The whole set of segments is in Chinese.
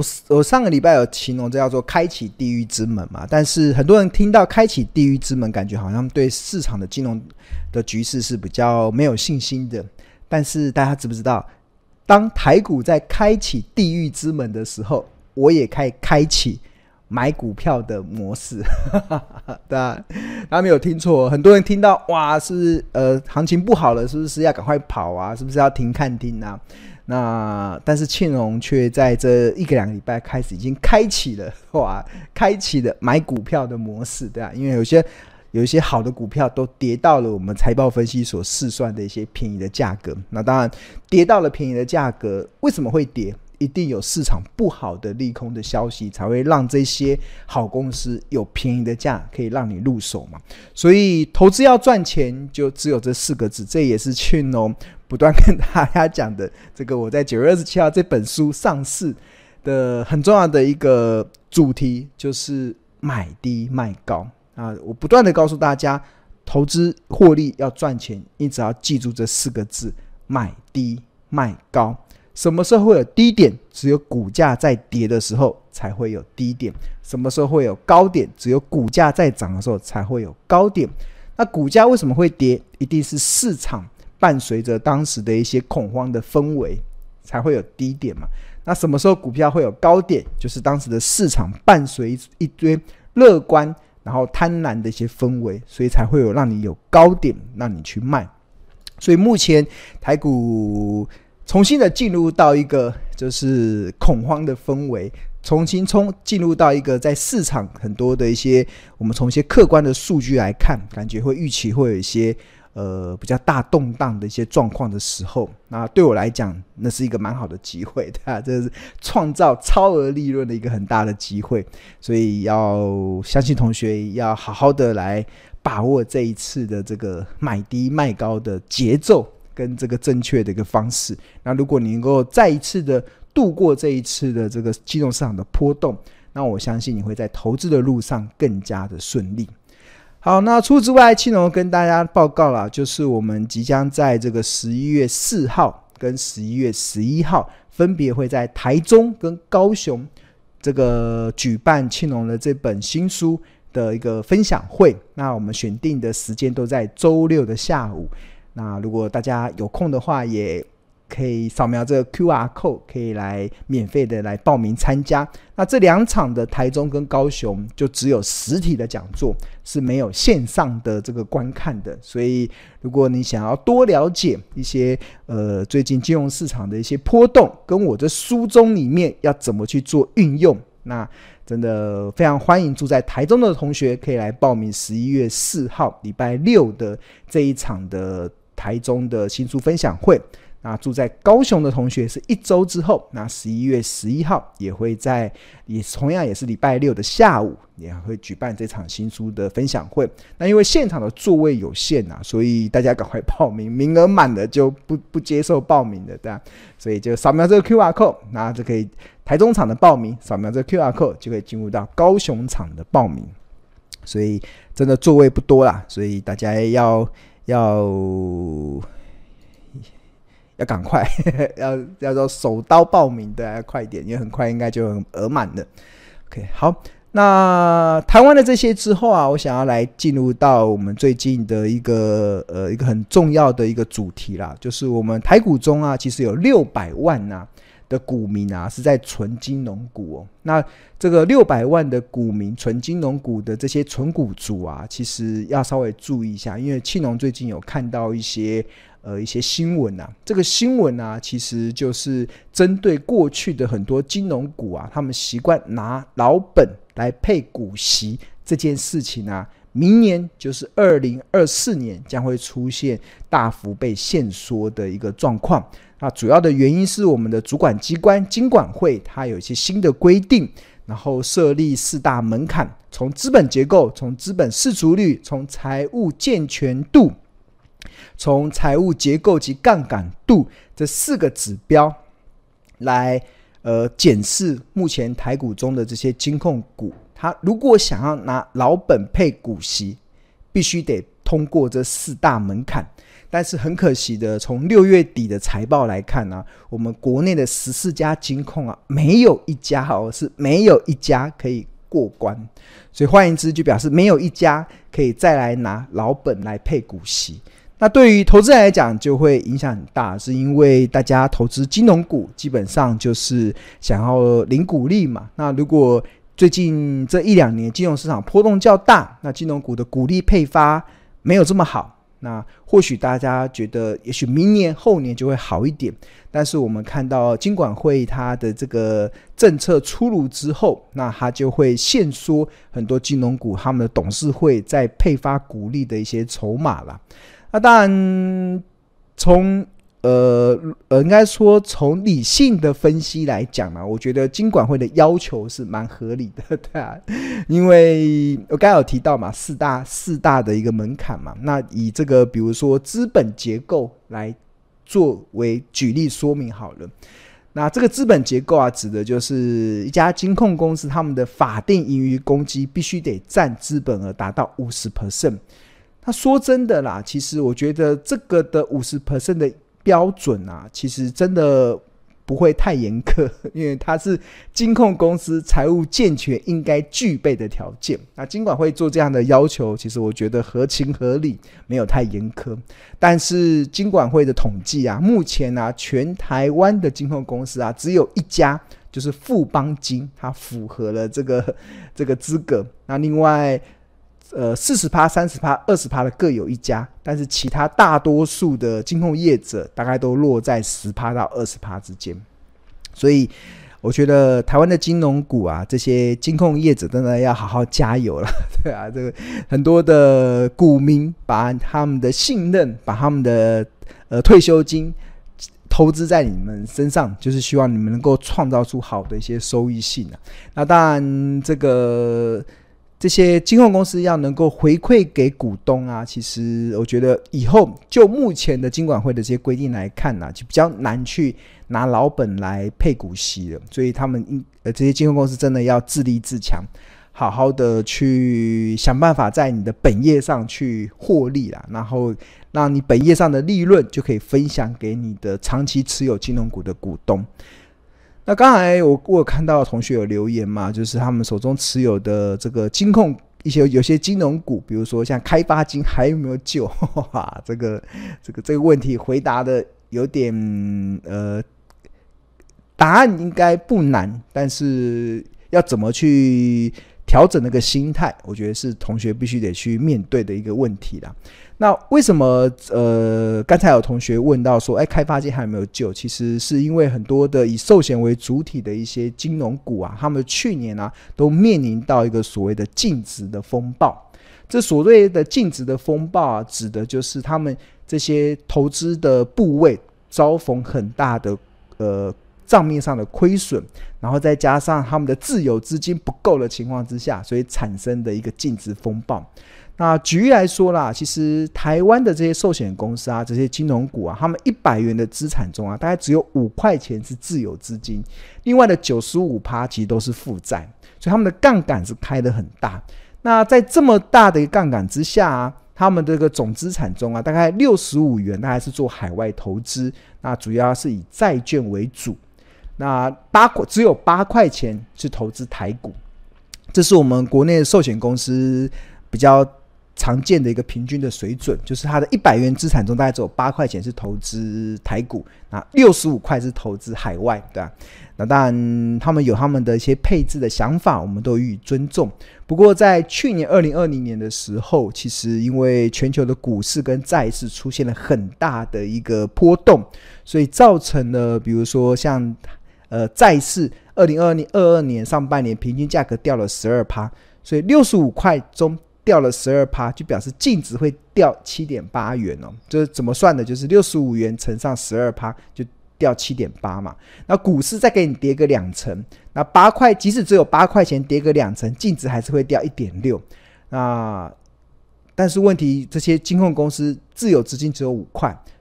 我上个礼拜有形容这叫做开启地狱之门嘛，但是很多人听到开启地狱之门，感觉好像对市场的金融的局势是比较没有信心的。但是大家知不知道，当台股在开启地狱之门的时候，我也可以开启买股票的模式。对啊，大家没有听错，很多人听到哇，是不是行情不好了，是不是要赶快跑啊？是不是要停看听啊？但是庆荣却在这1个2个礼拜开始已经开启了买股票的模式，对啊，因为有一些好的股票都跌到了我们财报分析所试算的一些便宜的价格。那当然跌到了便宜的价格，为什么会跌？一定有市场不好的利空的消息，才会让这些好公司有便宜的价可以让你入手嘛。所以投资要赚钱，就只有这4个字，这也是庆荣不断跟大家讲的。这个我在9月27号这本书上市的很重要的一个主题，就是买低卖高啊！我不断的告诉大家，投资获利要赚钱，你只要记住这4个字：买低卖高。什么时候会有低点？只有股价在跌的时候才会有低点。什么时候会有高点？只有股价在涨的时候才会有高点。那股价为什么会跌？一定是市场伴随着当时的一些恐慌的氛围才会有低点嘛。那什么时候股票会有高点？就是当时的市场伴随一堆乐观然后贪婪的一些氛围，所以才会有让你有高点让你去卖。所以目前台股重新的进入到一个就是恐慌的氛围，重新进入到一个在市场很多的一些我们从一些客观的数据来看，感觉会预期会有一些比较大动荡的一些状况的时候，那对我来讲那是一个蛮好的机会，对吧？这是创造超额利润的一个很大的机会，所以要相信同学要好好的来把握这一次的这个买低卖高的节奏跟这个正确的一个方式。那如果你能够再一次的度过这一次的这个金融市场的波动，那我相信你会在投资的路上更加的顺利。好，那除此之外，庆荣跟大家报告啦，就是我们即将在这个11月4号跟11月11号分别会在台中跟高雄这个举办庆荣的这本新书的一个分享会。那我们选定的时间都在周六的下午。那如果大家有空的话，也可以扫描这个 QR code， 可以来免费的来报名参加。那这2场的台中跟高雄就只有实体的讲座，是没有线上的这个观看的。所以如果你想要多了解一些最近金融市场的一些波动，跟我这书中里面要怎么去做运用，那真的非常欢迎住在台中的同学可以来报名11月4号礼拜六的这一场的台中的新书分享会。那住在高雄的同学是1周之后，那11月11号也会也同样也是礼拜六的下午也会举办这场新书的分享会。那因为现场的座位有限啊，所以大家赶快报名，名额满了就不接受报名的，对吧？所以就扫描这个 QR code， 那就可以台中场的报名，扫描這個 QR code 就可以进入到高雄场的报名。所以真的座位不多啦，所以大家要赶快要做手刀报名的，要快一点，因为很快应该就额满了。OK， 好，那谈完了这些之后啊，我想要来进入到我们最近的一个很重要的一个主题啦，就是我们台股中啊，其实有600万啊的股民啊是在存金融股哦。那这个600万的股民存金融股的这些存股族啊，其实要稍微注意一下，因为庆荣最近有看到一些新闻啊，这个新闻啊，其实就是针对过去的很多金融股啊，他们习惯拿老本来配股息这件事情啊，明年就是2024年将会出现大幅被限缩的一个状况。那主要的原因是我们的主管机关金管会它有一些新的规定，然后设立4大门槛，从资本结构，从资本释出率，从财务健全度，从财务结构及杠杆度这4个指标来检视目前台股中的这些金控股，它如果想要拿老本配股息，必须得通过这4大门槛。 但是很可惜的，从6月底的财报来看啊，我们国内的14家金控啊，没有一家是没有一家可以过关，所以换言之就表示没有一家可以再来拿老本来配股息。那对于投资人来讲就会影响很大，是因为大家投资金融股基本上就是想要领股利嘛。那如果最近这1-2年金融市场波动较大，那金融股的股利配发没有这么好，那或许大家觉得也许明年后年就会好一点，但是我们看到金管会它的这个政策出炉之后，那它就会限缩很多金融股他们的董事会在配发股利的一些筹码啦。那当然从应该说从理性的分析来讲嘛，我觉得金管会的要求是蛮合理的，对啊，因为我刚才有提到嘛，四大的一个门槛嘛，那以这个比如说资本结构来作为举例说明好了。那这个资本结构啊，指的就是一家金控公司他们的法定盈余公积必须得占资本额达到 50%。那说真的啦，其实我觉得这个的 50% 的标准啊，其实真的不会太严苛，因为它是金控公司财务健全应该具备的条件。那金管会做这样的要求，其实我觉得合情合理，没有太严苛。但是金管会的统计啊，目前啊，全台湾的金控公司啊，只有一家就是富邦金，它符合了这个资格。那另外40%、30%、20%的各有一家，但是其他大多数的金控业者大概都落在10%到20%之间。所以我觉得台湾的金融股啊，这些金控业者真的要好好加油了。对啊，这个很多的股民把他们的信任，把他们的退休金投资在你们身上，就是希望你们能够创造出好的一些收益性啊。那当然这些金控公司要能够回馈给股东啊，其实我觉得以后就目前的金管会的这些规定来看啊，就比较难去拿老本来配股息了。所以他们这些金控公司真的要自立自强，好好的去想办法在你的本业上去获利啦，然后让你本业上的利润就可以分享给你的长期持有金融股的股东。那刚才我有看到同学有留言嘛，就是他们手中持有的这个金控有些金融股，比如说像开发金还有没有救？这个问题回答的有点答案应该不难，但是要怎么去调整那个心态，我觉得是同学必须得去面对的一个问题啦。那为什么刚才有同学问到说开发金还有没有救，其实是因为很多的以寿险为主体的一些金融股啊，他们去年啊都面临到一个所谓的净值的风暴。这所谓的净值的风暴啊，指的就是他们这些投资的部位遭逢很大的账面上的亏损，然后再加上他们的自有资金不够的情况之下，所以产生的一个净值风暴。那举例来说啦，其实台湾的这些寿险公司啊，这些金融股啊，他们100元的资产中啊，大概只有5块钱是自有资金，另外的 95% 其实都是负债，所以他们的杠杆是开得很大。那在这么大的一个杠杆之下啊，他们这个总资产中啊，大概65元大概是做海外投资，那主要是以债券为主。那只有8块钱是投资台股，这是我们国内的寿险公司比较常见的一个平均的水准，就是它的100元资产中大概只有8块钱是投资台股，那65块是投资海外，对吧？那当然他们有他们的一些配置的想法，我们都予以尊重。不过在去年2020年的时候，其实因为全球的股市跟债市出现了很大的一个波动，所以造成了比如说像债市2022年上半年平均价格掉了 12%， 所以65块中掉了 12%， 就表示净值会掉 7.8 元哦。这怎么算的？就是65元乘上 12%， 就掉 7.8 嘛。那股市再给你跌个2成，那8块即使只有8块钱跌个2成，净值还是会掉 1.6。但是问题，这些金控公司自有资金只有5块，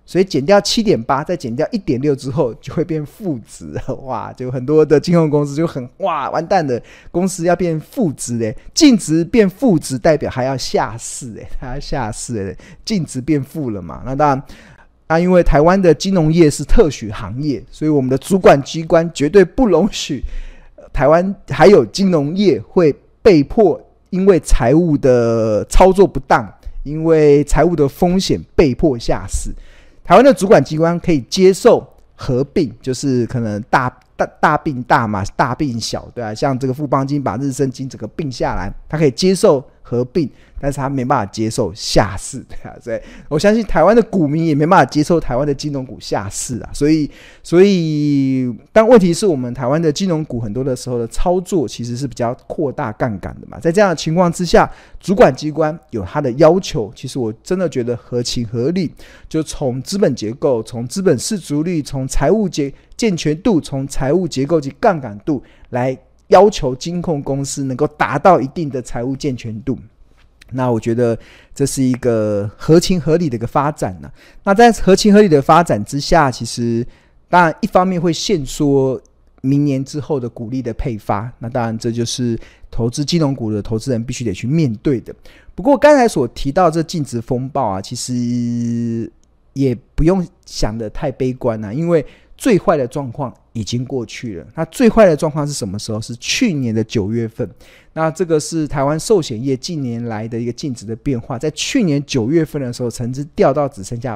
所以减掉 7.8 再减掉 1.6 之后就会变负值，哇，就很多的金融公司就很哇完蛋了，公司要变负值嘞，净值变负值代表还要下市嘞，还要下市嘞，净值变负了嘛。那当然因为台湾的金融业是特许行业，所以我们的主管机关绝对不容许台湾还有金融业会被迫因为财务的操作不当，因为财务的风险被迫下市。台湾的主管机关可以接受合并，就是可能大并大嘛，大并小，对啊，像这个富邦金把日升金整个并下来，它可以接受合并，但是他没办法接受下市，对啊，所以我相信台湾的股民也没办法接受台湾的金融股下市啊，所以但问题是我们台湾的金融股很多的时候的操作其实是比较扩大杠杆的嘛，在这样的情况之下，主管机关有他的要求，其实我真的觉得合情合理，就从资本结构，从资本适足率，从财务健全度，从财务结构及杠杆度来要求金控公司能够达到一定的财务健全度。那我觉得这是一个合情合理的一个发展啊。那在合情合理的发展之下，其实当然一方面会限缩明年之后的股利的配发，那当然这就是投资金融股的投资人必须得去面对的。不过刚才所提到这净值风暴啊，其实也不用想得太悲观啊，因为最坏的状况已经过去了。那最坏的状况是什么时候？是去年的9月份。那这个是台湾寿险业近年来的一个净值的变化，在去年9月份的时候曾经掉到只剩下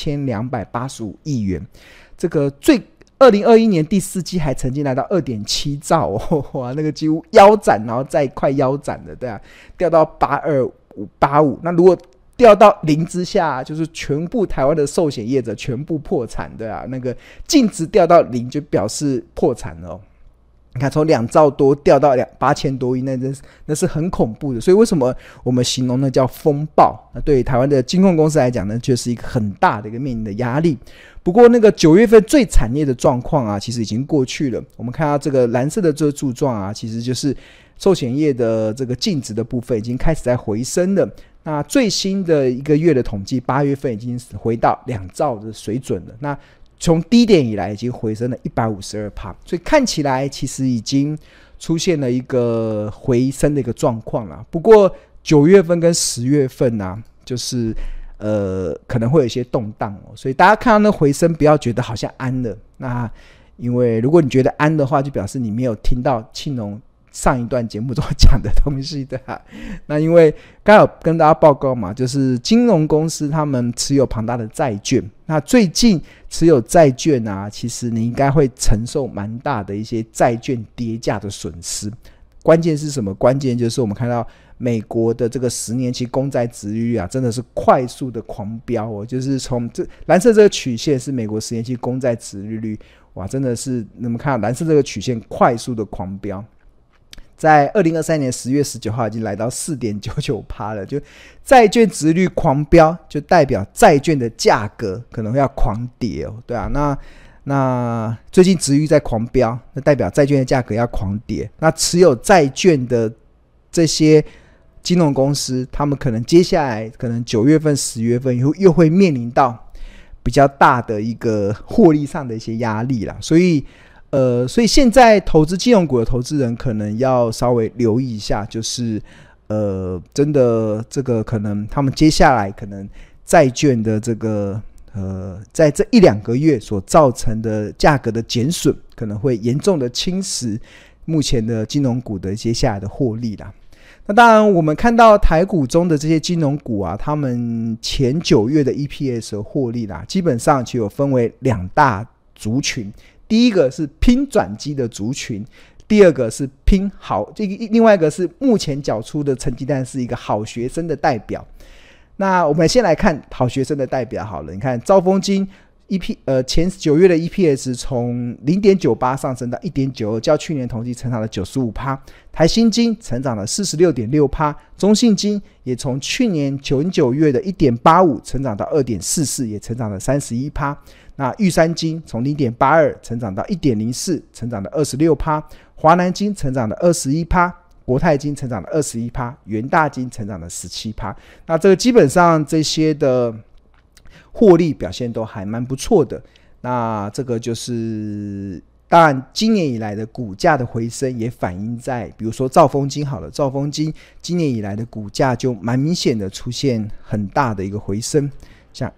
8285亿元，这个2021年第4季还曾经来到 2.7 兆哇，那个几乎腰斩，然后再快腰斩了，对啊，掉到82585。那如果掉到0之下，就是全部台湾的寿险业者全部破产，对啊，那个净值掉到0就表示破产了你看从2兆多掉到8000多亿，那是很恐怖的。所以为什么我们形容那叫风暴？那对于台湾的金控公司来讲呢，就是一个很大的一个面临的压力。不过那个9月份最惨烈的状况啊，其实已经过去了。我们看到这个蓝色的这个柱状啊，其实就是寿险业的这个净值的部分已经开始在回升了。那最新的一个月的统计，8月份已经回到2兆的水准了。那从低点以来已经回升了 152%， 所以看起来其实已经出现了一个回升的一个状况了。不过9月份跟10月份啊，就是可能会有一些动荡所以大家看到那回升不要觉得好像安了。那因为如果你觉得安的话，就表示你没有听到庆农上一段节目中讲的东西的那因为刚才有跟大家报告嘛，就是金融公司他们持有庞大的债券，那最近持有债券啊，其实你应该会承受蛮大的一些债券跌价的损失。关键是什么？关键就是我们看到美国的这个10年期公债殖利率啊，真的是快速的狂飙就是从蓝色这个曲线是美国10年期公债殖利率，哇，真的是你们看到蓝色这个曲线快速的狂飙。在2023年10月19号已经来到 4.99% 了，就债券殖利率狂飙，就代表债券的价格可能要狂跌对啊，那最近殖利率在狂飙，那代表债券的价格要狂跌。那持有债券的这些金融公司，他们可能接下来可能9月份、10月份又会面临到比较大的一个获利上的一些压力啦，所以现在投资金融股的投资人可能要稍微留意一下，就是真的这个可能他们接下来可能债券的这个在这1-2个月所造成的价格的减损，可能会严重的侵蚀目前的金融股的接下来的获利啦。那当然我们看到台股中的这些金融股啊，他们前9月的 EPS 的获利啦，基本上就有分为2大族群。第一个是拼转机的族群，第二个是拼好，另外一个是目前缴出的成绩单是一个好学生的代表。那我们先来看好学生的代表好了，你看兆丰金前9月的 EPS 从 0.98 上升到 1.92， 较去年同期成长了 95%， 台新金成长了 46.6%， 中信金也从去年9月的 1.85 成长到 2.44， 也成长了 31%， 那玉山金从 0.82 成长到 1.04， 成长了 26%， 华南金成长了 21%， 国泰金成长了 21%， 元大金成长了 17%。 那这个基本上这些的获利表现都还蛮不错的。那这个就是当然今年以来的股价的回升也反映在比如说兆丰金好了，兆丰金今年以来的股价就蛮明显的出现很大的一个回升，像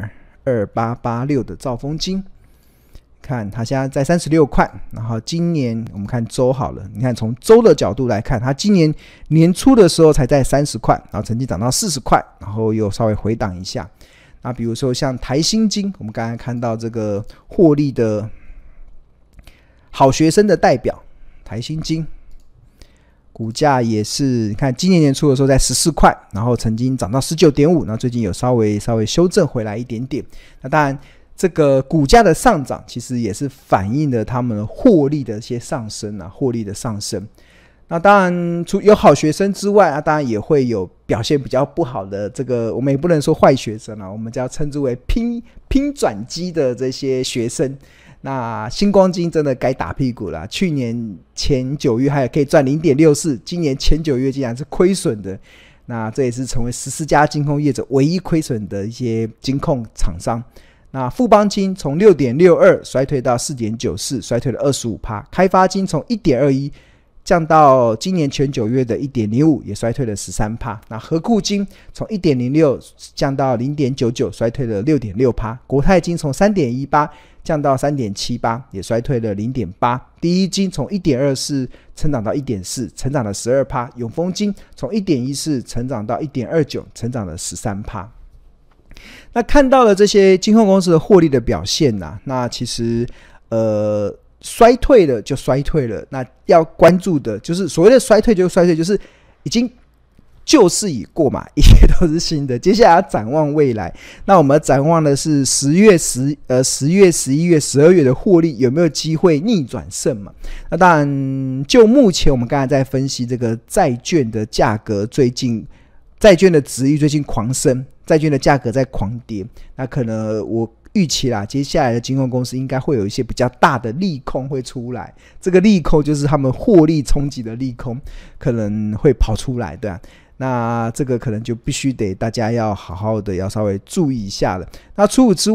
22886的兆丰金，看它现在在36块，然后今年我们看周好了，你看从周的角度来看，它今年年初的时候才在30块，然后曾经涨到40块，然后又稍微回档一下。那比如说像台新金，我们刚才看到这个获利的好学生的代表台新金，股价也是你看今年年初的时候在14块，然后曾经涨到 19.5， 那最近有稍微修正回来一点点。那当然这个股价的上涨其实也是反映了他们获利的一些上升啊，获利的上升。那当然除有好学生之外啊，当然也会有表现比较不好的，这个我们也不能说坏学生啊，我们就要称之为拼转机的这些学生。那星光金真的该打屁股了，去年前9月还可以赚 0.64， 今年前9月竟然是亏损的。那这也是成为14家金控业者唯一亏损的一些金控厂商。那富邦金从 6.62 衰退到 4.94， 衰退了 25%， 开发金从 1.21 降到今年前9月的 1.05， 也衰退了 13%。 那和库金从 1.06 降到 0.99， 衰退了 6.6%。 国泰金从 3.18 降到 3.78， 也衰退了 0.8%。 第一金从 1.24 成长到 1.4， 成长了 12%。 永丰金从 1.14 成长到 1.29， 成长了 13%。 那看到了这些金控公司的获利的表现啊，那其实衰退了就衰退了，那要关注的就是所谓的衰退就衰退，就是已经旧事已过嘛，一切都是新的。接下来要展望未来，那我们展望的是10月、11月、12月的获利有没有机会逆转胜嘛？那当然，就目前我们刚才在分析这个债券的价格，最近债券的殖利率最近狂升，债券的价格在狂跌，那可能我预期啦，接下来的金控公司应该会有一些比较大的利空会出来，这个利空就是他们获利冲击的利空可能会跑出来，对啊，那这个可能就必须得大家要好好的要稍微注意一下了。那除此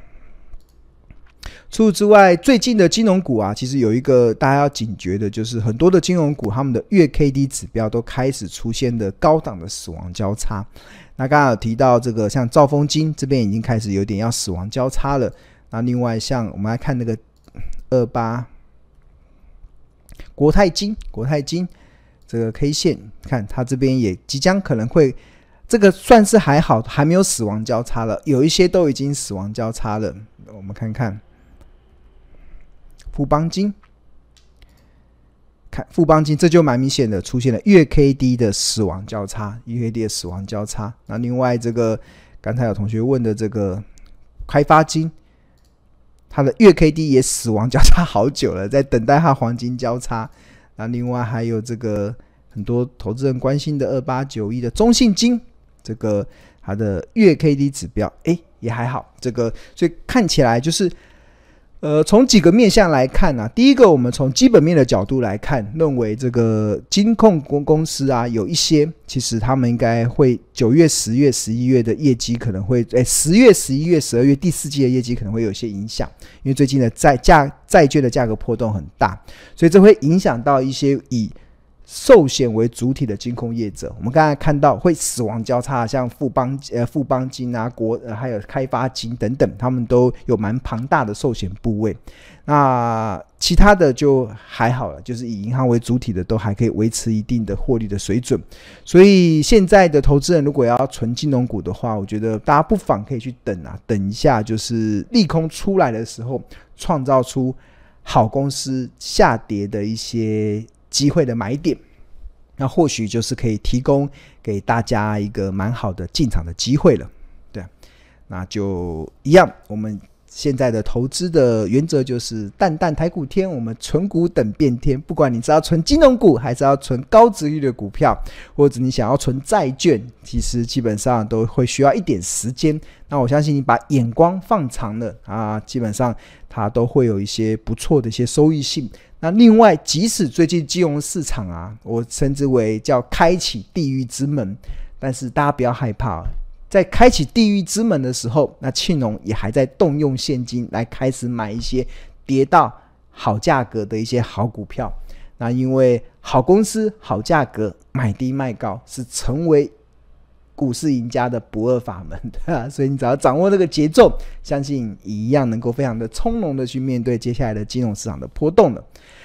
之外，最近的金融股啊，其实有一个大家要警觉的，就是很多的金融股他们的月 KD 指标都开始出现的高档的死亡交叉。那刚刚有提到这个像兆丰金这边已经开始有点要死亡交叉了。那另外像我们来看那个28国泰金这个 K 线，看它这边也即将可能会，这个算是还好，还没有死亡交叉了，有一些都已经死亡交叉了。我们看看富邦金，看富邦金，这就蛮明显的出现了月 KD 的死亡交叉，月 KD 的死亡交叉。那另外这个刚才有同学问的这个开发金，它的月 KD 也死亡交叉好久了，在等待它黄金交叉。那另外还有这个很多投资人关心的2891的中信金，这个它的月 KD 指标也还好，这个所以看起来就是从几个面向来看啊，第一个我们从基本面的角度来看，认为这个金控公司啊，有一些其实他们应该会9月、10月、11月的业绩可能会10月、11月、12月第四季的业绩可能会有一些影响，因为最近的债券的价格波动很大，所以这会影响到一些以寿险为主体的金控业者。我们刚才看到会死亡交叉，像富邦金啊、还有开发金等等，他们都有蛮庞大的寿险部位。那其他的就还好了，就是以银行为主体的都还可以维持一定的获利的水准。所以现在的投资人如果要存金融股的话，我觉得大家不妨可以去等一下，就是利空出来的时候，创造出好公司下跌的一些机会的买点，那或许就是可以提供给大家一个蛮好的进场的机会了。对，那就一样，我们现在的投资的原则就是淡淡台股天，我们存股等变天。不管你是要存金融股，还是要存高殖利率的股票，或者你想要存债券，其实基本上都会需要一点时间。那我相信你把眼光放长了啊，基本上它都会有一些不错的一些收益性。那另外，即使最近金融市场啊，我称之为叫开启地狱之门，但是大家不要害怕， 在开启地狱之门的时候，那庆农也还在动用现金来开始买一些跌到好价格的一些好股票。那因为好公司好价格，买低卖高是成为股市赢家的不二法门，对吧？所以你只要掌握这个节奏，相信一样能够非常的从容的去面对接下来的金融市场的波动了。